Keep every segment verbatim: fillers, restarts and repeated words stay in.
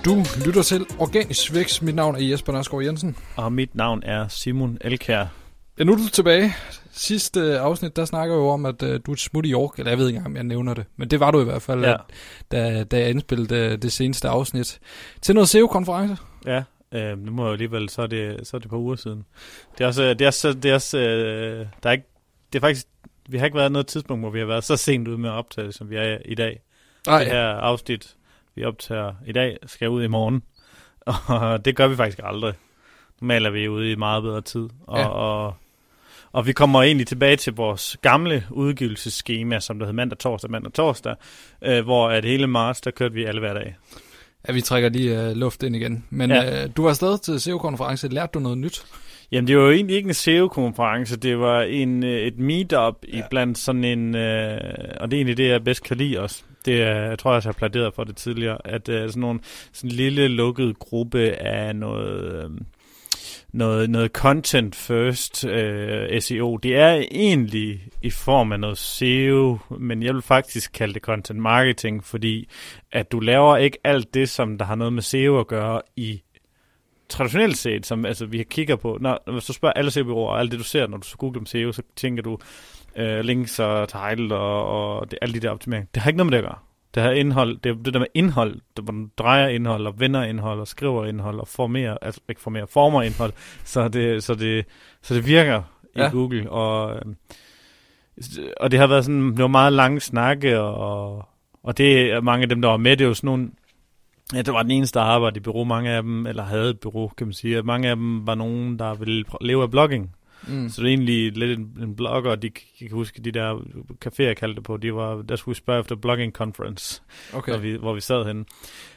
Du lytter til Organisk Vækst. Mit navn er Jesper Nørskov Jensen. Og mit navn er Simon Elkjær. Ja, nu er du tilbage. Sidste afsnit, der snakker jeg jo om, at uh, du er et smut i York. Eller jeg ved ikke engang, om jeg nævner det. Men det var du i hvert fald, ja. at, da, da jeg indspillede det, det seneste afsnit. Til noget S E O-konference. Ja, øh, nu må jeg alligevel, så er det, så er det et par uger siden. Det er også, det er så, det er også, øh, der er ikke, det er faktisk, vi har ikke været noget tidspunkt, hvor vi har været så sent ude med at optage, som vi er i dag. Nej. Det her afsnit, vi optager i dag, skal ud i morgen. Og det gør vi faktisk aldrig. Normalt er vi ude i meget bedre tid. Og, ja. og, og vi kommer egentlig tilbage til vores gamle udgivelsesskema, som der hed mandag, torsdag, mandag, torsdag, øh, hvor at hele marts, der kørte vi alle hver dag. Ja, vi trækker lige uh, luft ind igen. Men ja. uh, du var afsted til S E O-konference. Lærte du noget nyt? Jamen, det var jo egentlig ikke en S E O-konference. Det var en, et meetup ja. iblandt sådan en... Øh, og det er egentlig det, jeg bedst kan lide også. Det er, jeg tror, jeg har plæderet for det tidligere. At øh, sådan nogle sådan en lille lukket gruppe af noget... Øh, noget, noget content first øh, S E O. Det er egentlig i form af noget S E O, men jeg vil faktisk kalde det content marketing, fordi at du laver ikke alt det, som der har noget med S E O at gøre i traditionelt set, som altså, vi kigger på. Når, hvis du spørger alle S E O-bureauer og alt det, du ser, når du googler om S E O, så tænker du øh, links og title og, og det, alle de der optimeringer. Det har ikke noget med det at gøre. Det her indhold, det er det der med indhold, det, hvor du drejer indhold og vender indhold og skriver indhold og formerer, altså ikke formerer, former indhold, så det, så det, så det virker i ja. Google. Og, og det har været sådan, det var meget lange snakke, og, og det er mange af dem, der var med, det er jo sådan nogle, ja, det var den eneste, der arbejdede i bureau, mange af dem, eller havde et bureau, kan man sige, at mange af dem var nogen, der ville leve af blogging. Mm. Så det er egentlig lidt en, en blogger, de kan huske de der caféer, jeg kaldte det på, de var, der skulle vi spørge efter blogging conference, okay. hvor, vi, hvor vi sad henne.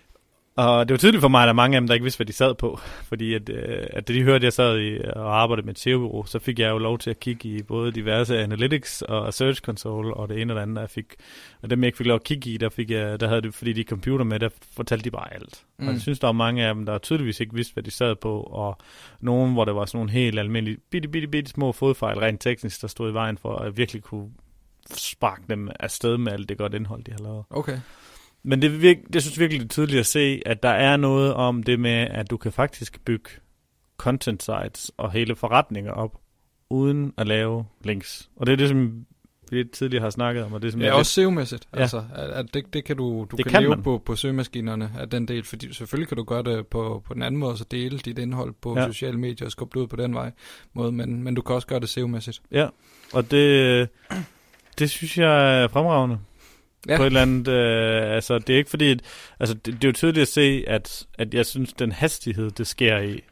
Og det var tydeligt for mig, at der er mange af dem, der ikke vidste, hvad de sad på. Fordi at, at da de hørte, at jeg sad i og arbejdede med et S E O-bureau, så fik jeg jo lov til at kigge i både diverse analytics og search console og det ene og det andet, jeg fik. Og dem, jeg ikke fik lov at kigge i, der, fik jeg, der havde det, fordi de computer med, der fortalte de bare alt. Mm. Og jeg synes, der var mange af dem, der tydeligvis ikke vidste, hvad de sad på. Og nogen, hvor der var sådan nogle helt almindelige, bitte, bitte, bitte små fodfejl, rent teknisk, der stod i vejen for, at jeg virkelig kunne sparke dem afsted med alt det godt indhold, de har lavet. Okay. Men det, virke, det synes virkelig det er tydeligt at se, at der er noget om det med, at du kan faktisk bygge content sites og hele forretninger op, uden at lave links. Og det er det, som vi lidt tidligere har snakket om. Og det, som ja, er også S E O-mæssigt. Ja. Altså, at, at det, det kan du, du det kan, kan leve man. på, på søgemaskinerne af den del, fordi selvfølgelig kan du gøre det på, på den anden måde, så dele dit indhold på ja. sociale medier og skubbe det ud på den vej måde, men, men du kan også gøre det S E O-mæssigt. Ja, og det, det synes jeg er fremragende. Ja. På et eller andet, øh, altså det er ikke fordi, at, altså det, det er jo tydeligt at se, at, at jeg synes, den hastighed, det sker i,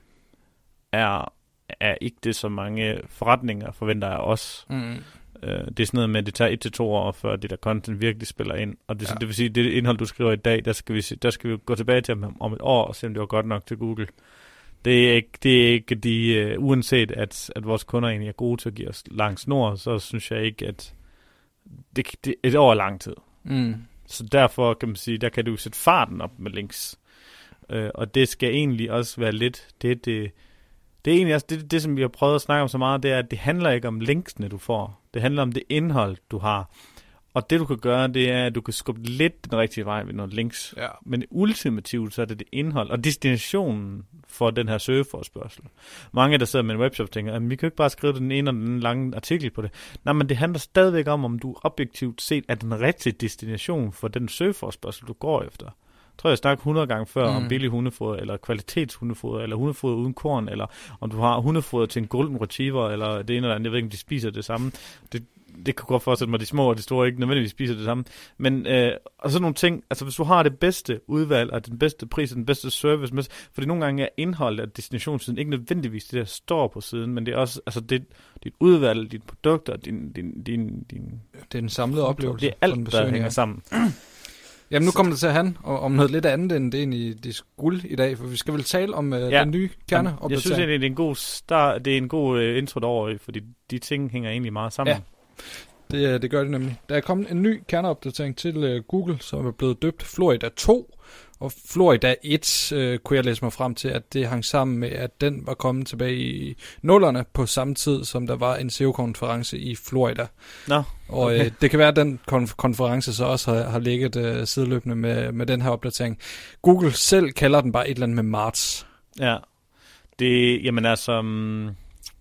er, er ikke det, så mange forretninger forventer af os. Mm. Øh, det er sådan noget med, at det tager et til to år, før det der content virkelig spiller ind. Og det, ja. det vil sige, det indhold, du skriver i dag, der skal vi, der skal vi gå tilbage til om, om et år, og se om det var godt nok til Google. Det er ikke, det er ikke de, uh, uanset at, at vores kunder egentlig er gode til at give os lang snor, så synes jeg ikke, at det, det et år er lang tid. Mm. Så derfor kan man sige, der kan du sætte farten op med links. Øh, og det skal egentlig også være lidt, det det, det er egentlig også det, det, som vi har prøvet at snakke om så meget, det er, at det handler ikke om linksene, du får. Det handler om det indhold, du har. Og det, du kan gøre, det er, at du kan skubbe lidt den rigtige vej ved nogle links. Ja. Men ultimativt, så er det det indhold og destinationen for den her søgeforespørgsel. Mange, der sidder med en webshop, tænker, at vi kan jo ikke bare skrive den ene og den lange artikel på det. Nej, men det handler stadigvæk om, om du objektivt set er den rigtige destination for den søgeforespørgsel, du går efter. Jeg tror, jeg snakker hundrede gange før mm. om billig hundefoder, eller kvalitetshundefoder, eller hundefoder uden korn, eller om du har hundefoder til en golden retriever, eller det ene eller andet. Jeg ved ikke, om de spiser det samme. Det, det kan godt forestille mig, at de små og de store ikke nødvendigvis spiser det samme. Men øh, og sådan nogle ting, altså hvis du har det bedste udvalg, og den bedste pris, og den bedste service, med, fordi nogle gange er indholdet af destinationssiden ikke nødvendigvis det, der står på siden, men det er også, altså det, dit udvalg, dit produkter, din, din, din, din... Det er en samlet oplevelse. Det er alt, der hænger sammen. Jamen nu kommer det til at handle om noget lidt andet, end det egentlig de skulle i dag, for vi skal vel tale om uh, ja. den nye kerneopdatering. Jeg synes egentlig, det er en god start, det er en god uh, intro derover, fordi de ting hænger egentlig meget sammen. Ja, det, det gør det nemlig. Der er kommet en ny kerneopdatering til uh, Google, som er blevet døbt Florida to, Og Florida et øh, kunne jeg læse mig frem til, at det hang sammen med, at den var kommet tilbage i nullerne på samme tid, som der var en S E O-konference i Florida. Nå, okay. Og øh, det kan være, at den konf- konference så også har, har ligget øh, sideløbende med, med den her opdatering. Google selv kalder den bare et eller andet med marts. Ja, det, jamen altså... Um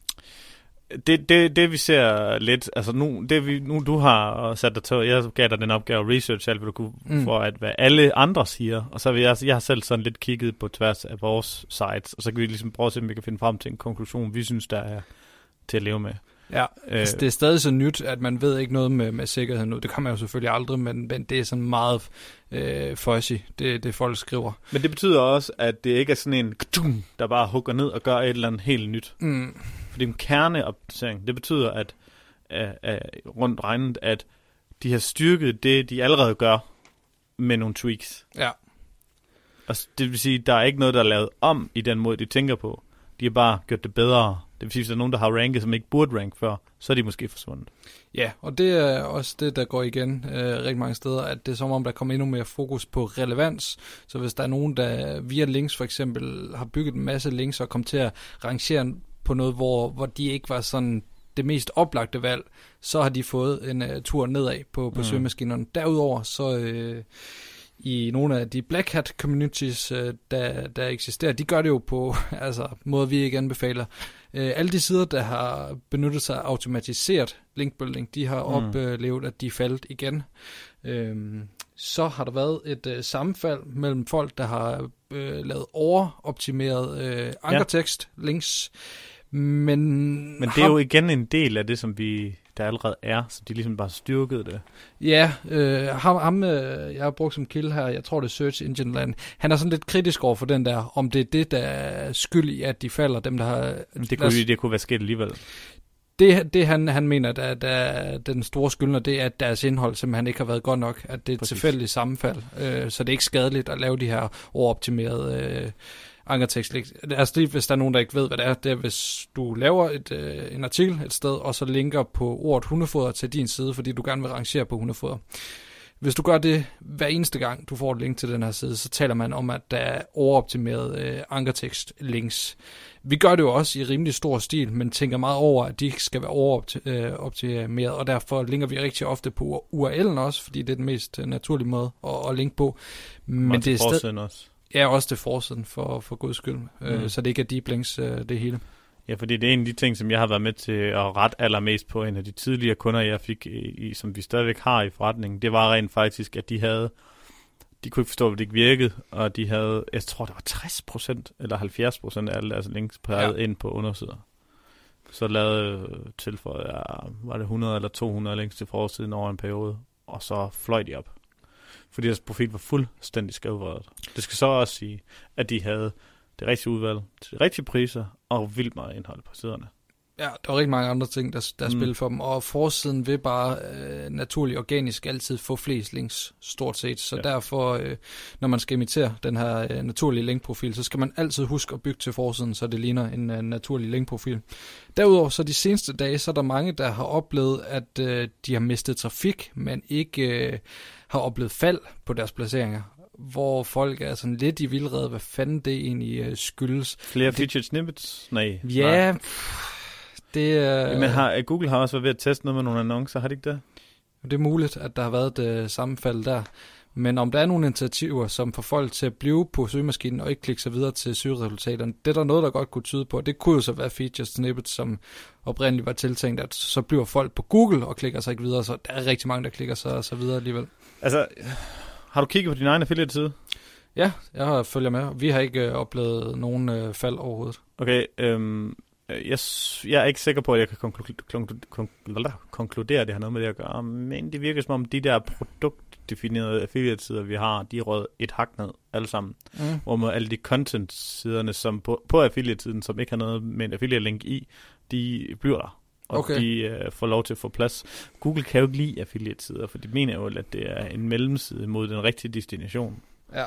Det, det, det vi ser lidt, altså nu, det vi, nu du har sat dig til, jeg gav dig den opgave at research alt, hvad du kunne, mm. for at hvad alle andre siger, og så vil jeg, jeg har selv sådan lidt kigget på tværs af vores sites, og så kan vi ligesom prøve at se, om vi kan finde frem til en konklusion, vi synes, der er til at leve med. Ja, øh, altså det er stadig så nyt, at man ved ikke noget med, med sikkerhed nu. Det kan man jo selvfølgelig aldrig, men, men det er sådan meget øh, fuzzy, det, det folk skriver. Men det betyder også, at det ikke er sådan en, der bare hugger ned og gør et eller andet helt nyt. Mm. Fordi en kerneopdatering, det betyder, at uh, uh, rundt regnet, at de har styrket det, de allerede gør med nogle tweaks. Ja. Altså, det vil sige, der er ikke noget, der er lavet om i den måde, de tænker på. De har bare gjort det bedre. Det vil sige, hvis der er nogen, der har ranket, som ikke burde rank før, så er de måske forsvundet. Ja, og det er også det, der går igen øh, rigtig mange steder, at det er som om, der kommer endnu mere fokus på relevans. Så hvis der er nogen, der via links for eksempel har bygget en masse links og kom til at rangere på noget, hvor, hvor de ikke var sådan det mest oplagte valg, så har de fået en uh, tur nedad på, på mm. søgemaskinerne. Derudover så øh, i nogle af de Black Hat communities, øh, der, der eksisterer, de gør det jo på altså måder, vi ikke anbefaler. Øh, alle de sider, der har benyttet sig af automatiseret linkbuilding, de har mm. oplevet, at de er faldet igen. Øh, så har der været et øh, sammenfald mellem folk, der har øh, lavet overoptimeret øh, ankertekst, ja. links. Men, Men det er jo igen en del af det, som vi der allerede er, så de ligesom bare styrkede det. Ja, øh, ham, ham øh, jeg har brugt som kilde her, jeg tror det er Search Engine Land, han er sådan lidt kritisk over for den der, om det er det, der er skyld i, at de falder, dem der har... Det kunne, det kunne være sket alligevel. Det, det han, han mener, der, der den store skyldner, det er, at deres indhold simpelthen ikke har været godt nok, at det er et Præcis. tilfældigt sammenfald, øh, så det er ikke skadeligt at lave de her overoptimerede øh, ankertekst. Altså det, hvis der er nogen, der ikke ved, hvad det er, det er, hvis du laver et, øh, en artikel et sted, og så linker på ordet hundefoder til din side, fordi du gerne vil rangere på hundefoder. Hvis du gør det hver eneste gang, du får et link til den her side, så taler man om, at der er overoptimeret øh, ankertekst-links. Vi gør det jo også i rimelig stor stil, men tænker meget over, at de ikke skal være overoptimeret, og derfor linker vi rigtig ofte på U R L'en også, fordi det er den mest naturlige måde at, at linke på. Men og det er forsiden også. Ja, også til forsiden, for, for guds skyld. Mm. Øh, så det ikke er deep links, øh, det hele. Ja, fordi det er en af de ting, som jeg har været med til at rette allermest på. En af de tidligere kunder, jeg fik, i, som vi stadigvæk har i forretningen, det var rent faktisk, at de havde, de kunne ikke forstå, at det ikke virkede, og de havde, jeg tror, det var tres procent eller halvfjerds procent af alle deres links peget ja. ind på undersider. Så lavede tilføjet, ja, var det hundrede eller to hundrede links til forsiden over en periode, og så fløj de op. Fordi deres profil var fuldstændig skævvredet. Det skal så også sige, at de havde det rigtige udvalg til de rigtige priser og vildt meget indhold på siderne. Ja, der var rigtig mange andre ting, der, der mm. spiller for dem. Og forsiden vil bare øh, naturligt organisk altid få flest links, stort set. Så ja. derfor, øh, når man skal imitere den her øh, naturlige linkprofil, så skal man altid huske at bygge til forsiden, så det ligner en øh, naturlig linkprofil. Derudover, så de seneste dage, så er der mange, der har oplevet, at øh, de har mistet trafik, men ikke øh, har oplevet fald på deres placeringer, hvor folk er sådan lidt i vildrede, hvad fanden det egentlig øh, skyldes. Flere featured snippets? Nej. Ja, nej. det er... Øh, Men har, Google har også været ved at teste noget med nogle annoncer, har de ikke det? Det er muligt, at der har været et øh, sammenfald der. Men om der er nogle initiativer, som får folk til at blive på søgemaskinen og ikke klikke sig videre til søgeresultaterne, det er der noget, der godt kunne tyde på. Det kunne jo så være featured snippets, som oprindeligt var tiltænkt, at så bliver folk på Google og klikker sig ikke videre, så der er rigtig mange, der klikker sig så videre alligevel. Altså... Har du kigget på din egen affiliate-side? Ja, jeg har følger med. Vi har ikke øh, oplevet nogen øh, fald overhovedet. Okay, øhm, jeg, jeg er ikke sikker på, at jeg kan konklu- konklu- konklu- konkludere, at det har noget med det at gøre, men det virker som om, de der produktdefinerede affiliate-sider, vi har, de er røget et hak ned, alle sammen. Mm. Hvor med alle de content-siderne, som på, på affiliate-siden, som ikke har noget med en affiliate-link i, de bliver der. Og okay. de øh, får lov til at få plads. Google kan jo ikke lide affiliate-sider, for de mener jo, at det er en mellemside mod den rigtige destination. Ja.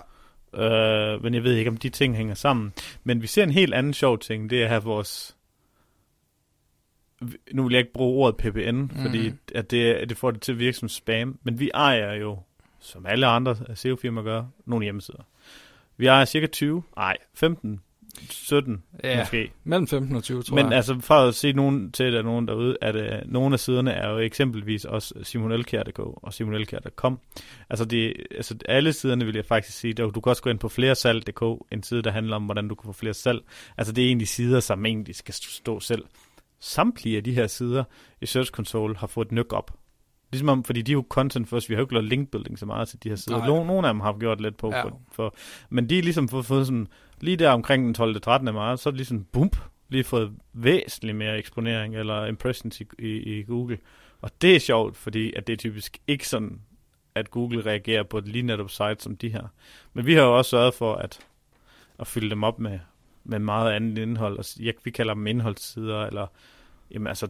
Øh, men jeg ved ikke, om de ting hænger sammen. Men vi ser en helt anden sjov ting, det er at have vores... Nu vil jeg ikke bruge ordet P P N, mm. fordi at det, at det får det til at virke som spam, men vi ejer jo som alle andre S E O-firmaer gør, nogle hjemmesider. Vi har cirka tyve, nej, femten, sytten ja, måske. Mellem femten og tyve, tror Men jeg. altså, for at se nogen til, at der er nogen derude, at uh, nogle af siderne er jo eksempelvis også simon elkjær punktum d k og simon elkjær punktum com. Altså, det, altså, alle siderne vil jeg faktisk sige, der, du kan også gå ind på fleresalg punktum d k, en side, der handler om, hvordan du kan få flere salg. Altså, det er egentlig sider, som egentlig skal stå selv. Samtlige af de her sider i Search Console har fået et nyk op. Ligesom om, fordi de er jo content first, vi har jo ikke lavet linkbuilding så meget til de her sider. Nogle, nogle af dem har gjort lidt på, ja. for, for, men de er ligesom fået, fået sådan, lige der omkring den tolvte trettende marts, så er det ligesom, bump, lige fået væsentligt mere eksponering eller impressions i, i, i Google. Og det er sjovt, fordi at det er typisk ikke sådan, at Google reagerer på et lige netop site som de her. Men vi har jo også sørget for at, at fylde dem op med, med meget andet indhold. Og jeg, vi kalder dem indholdssider, eller jamen altså,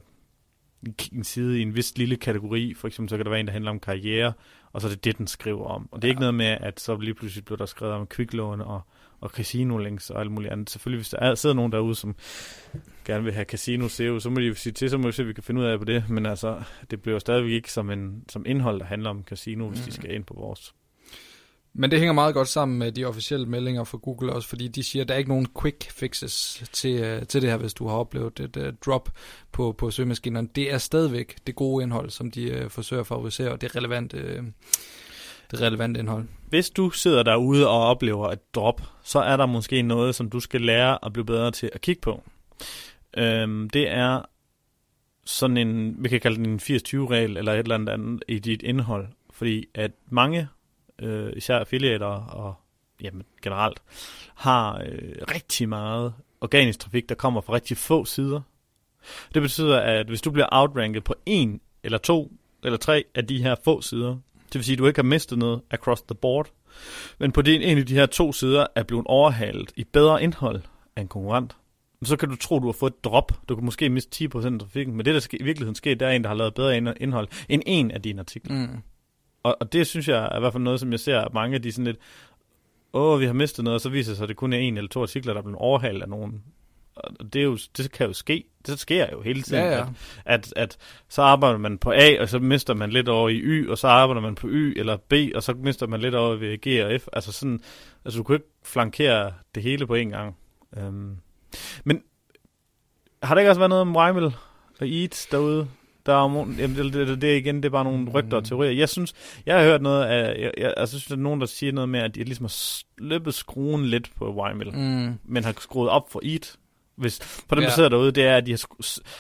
en side i en vis lille kategori, for eksempel så kan der være en, der handler om karriere, og så er det det, den skriver om. Og det er ja. ikke noget med, at så lige pludselig bliver der skrevet om kviklån og, og casino-links og alt muligt andet. Selvfølgelig, hvis der er, sidder nogen derude, som gerne vil have casino-S E O, så må de jo sige til, så må vi se, at vi kan finde ud af på det. Men altså, det bliver jo stadigvæk ikke som, en, som indhold, der handler om casino, hvis mm. de skal ind på vores. Men det hænger meget godt sammen med de officielle meldinger fra Google også, fordi de siger, at der er ikke nogen quick fixes til, uh, til det her, hvis du har oplevet et uh, drop på, på søgemaskinerne. Det er stadigvæk det gode indhold, som de uh, forsøger at favorisere, og det er relevant, uh, det relevante indhold. Hvis du sidder derude og oplever et drop, så er der måske noget, som du skal lære at blive bedre til at kigge på. Øhm, det er sådan en, vi kan kalde den en firs tyve regel, eller et eller andet andet i dit indhold, fordi at mange Øh, især affiliater og jamen, generelt, har øh, rigtig meget organisk trafik, der kommer fra rigtig få sider. Det betyder, at hvis du bliver outranket på en eller to eller tre af de her få sider, det vil sige, at du ikke har mistet noget across the board, men på den, en af de her to sider er blevet overhalet i bedre indhold af en konkurrent, så kan du tro, du har fået et drop. Du kan måske miste ti procent af trafikken, men det, der ske, i virkeligheden sker, det er en, der har lavet bedre indhold end en af dine artikler. Mm. Og, og det synes jeg er i hvert fald noget, som jeg ser, at mange af de sådan lidt, åh, vi har mistet noget, og så viser sig, at det kun er en eller to artikler, der er blevet overhalet af nogen. Og det, er jo, det kan jo ske. Det sker jo hele tiden, ja, ja. At, at, at så arbejder man på A, og så mister man lidt over i Y, og så arbejder man på Y eller B, og så mister man lidt over ved G og F. Altså sådan, altså du kan ikke flankere det hele på en gang. Um, men har der ikke også været noget om Weimel og Eats derude? Der er, jamen, det, det, det, igen, det er bare nogle rygter og teorier. Jeg synes, jeg har hørt noget af, jeg, jeg, altså, synes, der er nogen, der siger noget med, at de ligesom har slippet skruen lidt på Weimel, mm. men har skruet op for Eat. Hvis, på dem, der ja. sidder derude, det er, at de har,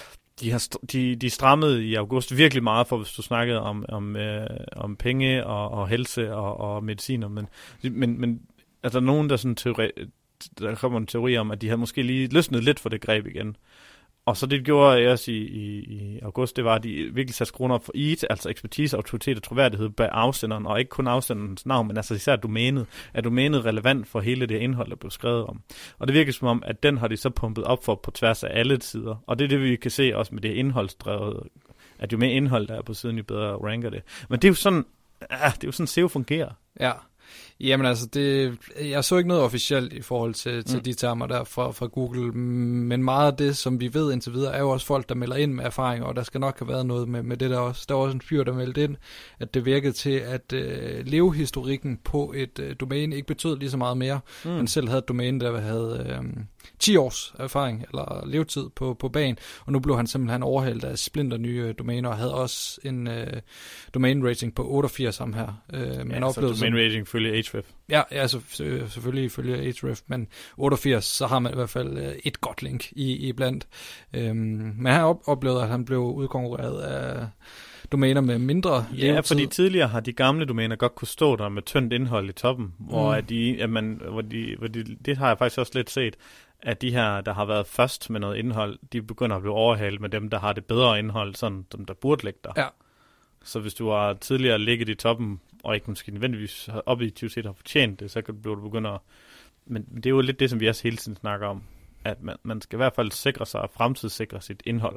de har de, de strammede i august virkelig meget for, hvis du snakkede om, om, øh, om penge og, og helse og, og mediciner. Men, men, men altså, der er nogen, der, sådan teori, der kommer en teori om, at de har måske lige løsnet lidt for det greb igen. Og så det gjorde jeg også i, i, i august, det var, at de virkelig satte skruen op for E A T, altså ekspertise, autoritet og troværdighed bag afsenderen, og ikke kun afsenderens navn, men altså især domænet. Er domænet relevant for hele det indhold, der blev skrevet om? Og det virker som om, at den har de så pumpet op for på tværs af alle sider. Og det er det, vi kan se også med det indholdsdrevet, at jo mere indhold der er på siden, jo bedre ranker det. Men det er jo sådan, ah, det er jo sådan, S E O fungerer. Ja. Jamen altså, det, jeg så ikke noget officielt i forhold til, til mm. de termer der fra, fra Google, men meget af det, som vi ved indtil videre, er jo også folk, der melder ind med erfaringer, og der skal nok have været noget med, med det der også. Der var også en fyr, der meldte ind, at det virkede til, at øh, levehistorikken på et øh, domæne ikke betød lige så meget mere. Mm. Han selv havde et domæne, der havde øh, ti års erfaring, eller levetid på, på banen, og nu blev han simpelthen overhældt af splinter nye øh, domæner, og havde også en øh, domain rating på otteogfirs ham her. Øh, ja, man så domain rating følger Ahrefs. Ja, ja så, selvfølgelig følger Ahrefs, men otteogfirs, så har man i hvert fald øh, et godt link i, i blandt. Øhm, men han op- oplevede, at han blev udkonkurreret af domæner med mindre levetid. Ja, fordi tidligere har de gamle domæner godt kunne stå der med tyndt indhold i toppen, mm. hvor, at de, at man, hvor, de, hvor de, det har jeg faktisk også lidt set, at de her, der har været først med noget indhold, de begynder at blive overhalet med dem, der har det bedre indhold, sådan dem, der burde ligge der. Ja. Så hvis du har tidligere ligget i toppen, og ikke måske nødvendigvis objektivt set har fortjent det, så kan du begynde at... Men det er jo lidt det, som vi også hele tiden snakker om, at man, man skal i hvert fald sikre sig og fremtidssikre sit indhold.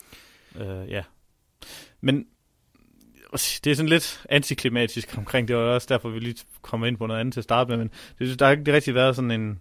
Uh, ja. Men det er sådan lidt antiklimatisk omkring det, og også derfor vi lige kommer ind på noget andet til at starte med, men det, der har ikke rigtig været sådan en...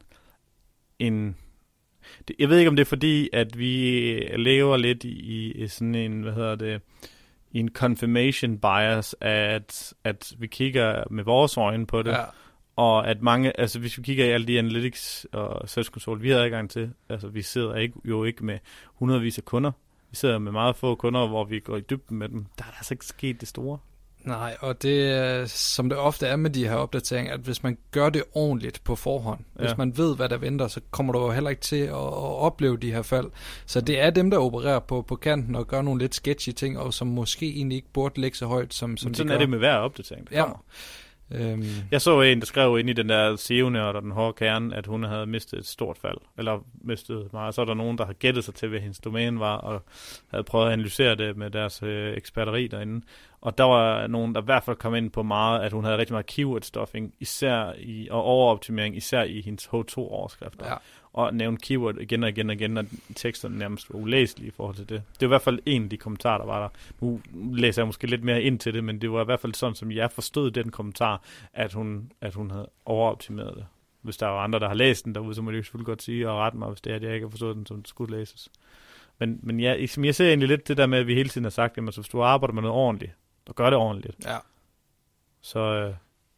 en det, jeg ved ikke, om det er fordi, at vi lever lidt i, i sådan en, hvad hedder det... i en confirmation bias, at, at vi kigger med vores øjne på det, ja. Og at mange, altså hvis vi kigger i alle de analytics og search console, vi har adgang til, altså vi sidder ikke, jo ikke med hundredvis af kunder, vi sidder med meget få kunder, hvor vi går i dybden med dem, der er der altså ikke sket det store. Nej, og det som det ofte er med de her opdateringer, at hvis man gør det ordentligt på forhånd, ja. Hvis man ved, hvad der venter, så kommer du jo heller ikke til at, at opleve de her fald. Så det er dem, der opererer på, på kanten og gør nogle lidt sketchy ting, og som måske egentlig ikke burde ligge så højt, som, som Men de sådan gør. er det med hver opdatering, der ja. kommer. Øhm. Jeg så en, der skrev ind i den der S E O-nørd og den hårde kerne, at hun havde mistet et stort fald, eller mistet meget. Så er der nogen, der har gættet sig til, hvad hendes domæne var, og havde prøvet at analysere det med deres øh, eksperteri derinde. Og der var nogen, der i hvert fald kom ind på meget, at hun havde rigtig meget keyword-stuffing, især i, og overoptimering, især i hendes H to-overskrifter. Ja. Og nævnte keyword igen og igen og igen, og teksterne nærmest var ulæselige i forhold til det. Det var i hvert fald en af de kommentarer, der var der. Nu læser jeg måske lidt mere ind til det, men det var i hvert fald sådan, som jeg forstod den kommentar, at hun, at hun havde overoptimeret det. Hvis der er andre, der har læst den derude, så må de jo selvfølgelig godt sige og rette mig, hvis det er, at jeg ikke har forstået den, som det skulle læses. Men, men jeg, jeg ser egentlig lidt det der med, at vi hele tiden har sagt, at hvis du arbejder med noget ordentligt, og gør det ordentligt, ja. så... Øh,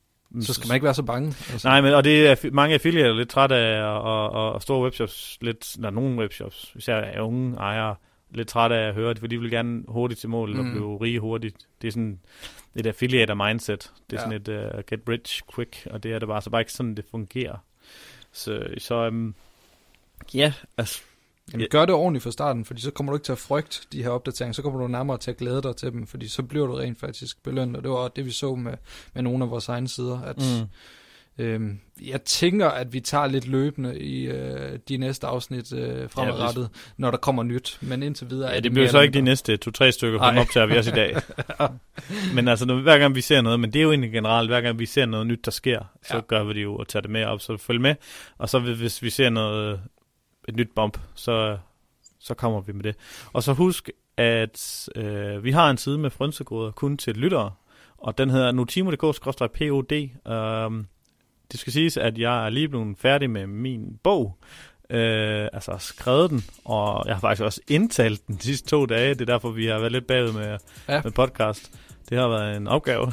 Så skal man ikke være så bange. Altså. Nej, men og det er mange affiliater lidt trætte af, og, og, og store webshops, lidt, der er nogle webshops, især er unge ejere, lidt trætte af at høre det, for de vil gerne hurtigt til mål, mm. og blive rige hurtigt. Det er sådan et affiliator mindset. Det er ja. sådan et uh, get rich quick, og det er det bare, så bare ikke sådan, det fungerer. Så, så um, ja, altså... Jamen, gør det ordentligt fra starten, fordi så kommer du ikke til at frygte de her opdateringer, så kommer du nærmere til at glæde dig til dem, fordi så bliver du rent faktisk belønnet, og det var det, vi så med, med nogle af vores egne sider, at mm. øhm, jeg tænker, at vi tager lidt løbende i øh, de næste afsnit øh, fremadrettet, ja, hvis... når der kommer nyt, men indtil videre... Ja, det bliver så ikke de næste to-tre stykker, for den optager vi også i dag. Men altså, når, hver gang vi ser noget, men det er jo egentlig generelt, hver gang vi ser noget nyt, der sker, så ja. gør vi det jo og tager det med op, så følg med, og så hvis vi ser noget... et nyt bump, så, så kommer vi med det. Og så husk, at øh, vi har en side med frynsekoder kun til lyttere, og den hedder notimo punktum d k skråstreg p o d. Um, det skal siges, at jeg er lige blevet færdig med min bog, øh, altså skrevet den, og jeg har faktisk også indtalt den de sidste to dage. Det er derfor, vi har været lidt bagud med, ja. med podcast. Det har været en opgave.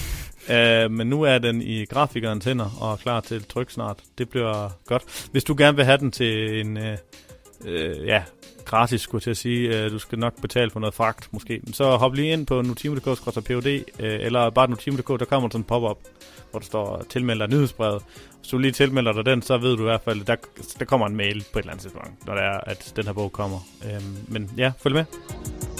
Uh, men nu er den i grafikerens hænder og er klar til tryk snart. Det bliver godt. Hvis du gerne vil have den til en uh, uh, ja, gratis, skulle jeg til at sige, uh, du skal nok betale for noget fragt måske, så hop lige ind på notimo punktum d k skråstreg p o d, uh, eller bare notimo punktum d k, der kommer sådan en pop-up, hvor der står tilmeld dig nyhedsbrevet. Hvis du lige tilmelder dig den, så ved du i hvert fald, der, der kommer en mail på et eller andet tidspunkt, når det er, at den her bog kommer. Uh, men ja, følg med.